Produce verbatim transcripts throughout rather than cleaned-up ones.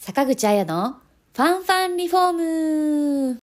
坂口彩のファンファンリフォーム。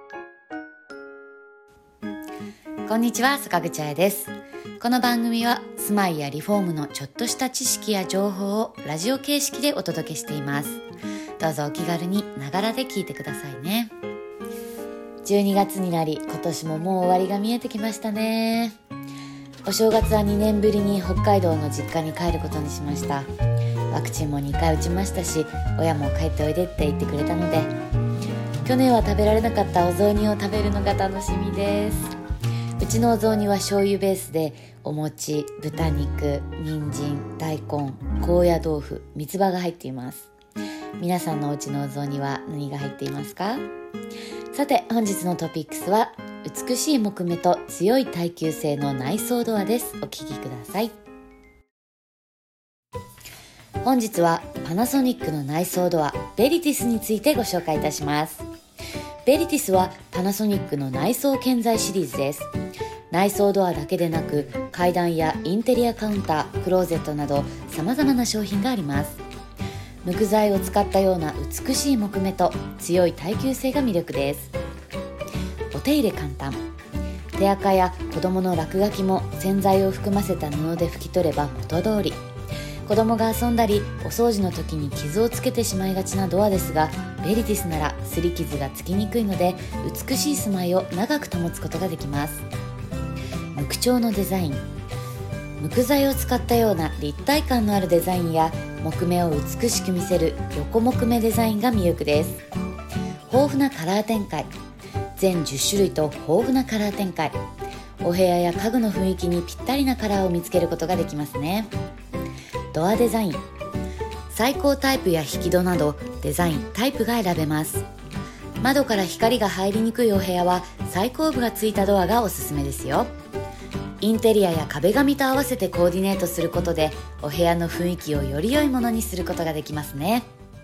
こんにちは、坂口彩です。この番組は住まいやリフォームのちょっとした知識や情報をラジオ形式でお届けしています。どうぞお気軽にながらで聞いてくださいね。じゅうにがつになり、今年ももう終わりが見えてきましたね。お正月はにねんぶりに北海道の実家に帰ることにしました。ワクチンもにかい打ちましたし、親も帰っておいでって言ってくれたので、去年は食べられなかったお雑煮を食べるのが楽しみです。うちのお雑煮は醤油ベースで、お餅、豚肉、人参、大根、高野豆腐、三つ葉が入っています。皆さんのお家のお雑煮は何が入っていますか？さて、本日のトピックスは美しい木目と強い耐久性の内装ドアです。お聞きください。本日はパナソニックの内装ドアベリティスについてご紹介いたします。ベリティスはパナソニックの内装建材シリーズです。内装ドアだけでなく、階段やインテリアカウンター、クローゼットなど様々な商品があります。無垢材を使ったような美しい木目と強い耐久性が魅力です。お手入れ簡単。手垢や子供の落書きも洗剤を含ませた布で拭き取れば元通り。子供が遊んだりお掃除の時に傷をつけてしまいがちなドアですが、ベリティスなら擦り傷がつきにくいので、美しい住まいを長く保つことができます。無垢調のデザイン。無垢材を使ったような立体感のあるデザインや、木目を美しく見せる横木目デザインが魅力です。豊富なカラー展開。全じゅっしゅるいと豊富なカラー展開。お部屋や家具の雰囲気にぴったりなカラーを見つけることができますね。ドアデザイン。最高タイプや引き戸などデザイン、タイプが選べます。窓から光が入りにくいお部屋は最高部がついたドアがおすすめですよ。インテリアや壁紙と合わせてコーディネートすることで、お部屋の雰囲気をより良いものにすることができますね。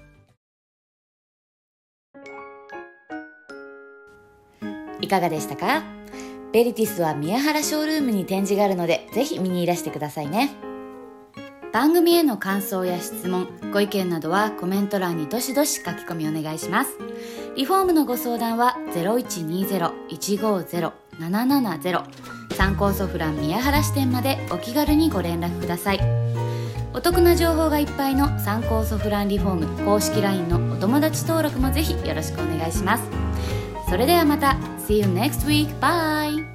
いかがでしたか？ベリティスは宮原ショールームに展示があるので、ぜひ見にいらしてくださいね。番組への感想や質問、ご意見などはコメント欄にどしどし書き込みお願いします。リフォームのご相談は ゼロいちにゼロ いちごゼロ ななななゼロ 参考ソフラン宮原支店までお気軽にご連絡ください。お得な情報がいっぱいの参考ソフランリフォーム公式 ライン のお友達登録もぜひよろしくお願いします。それではまた See you next week. Bye!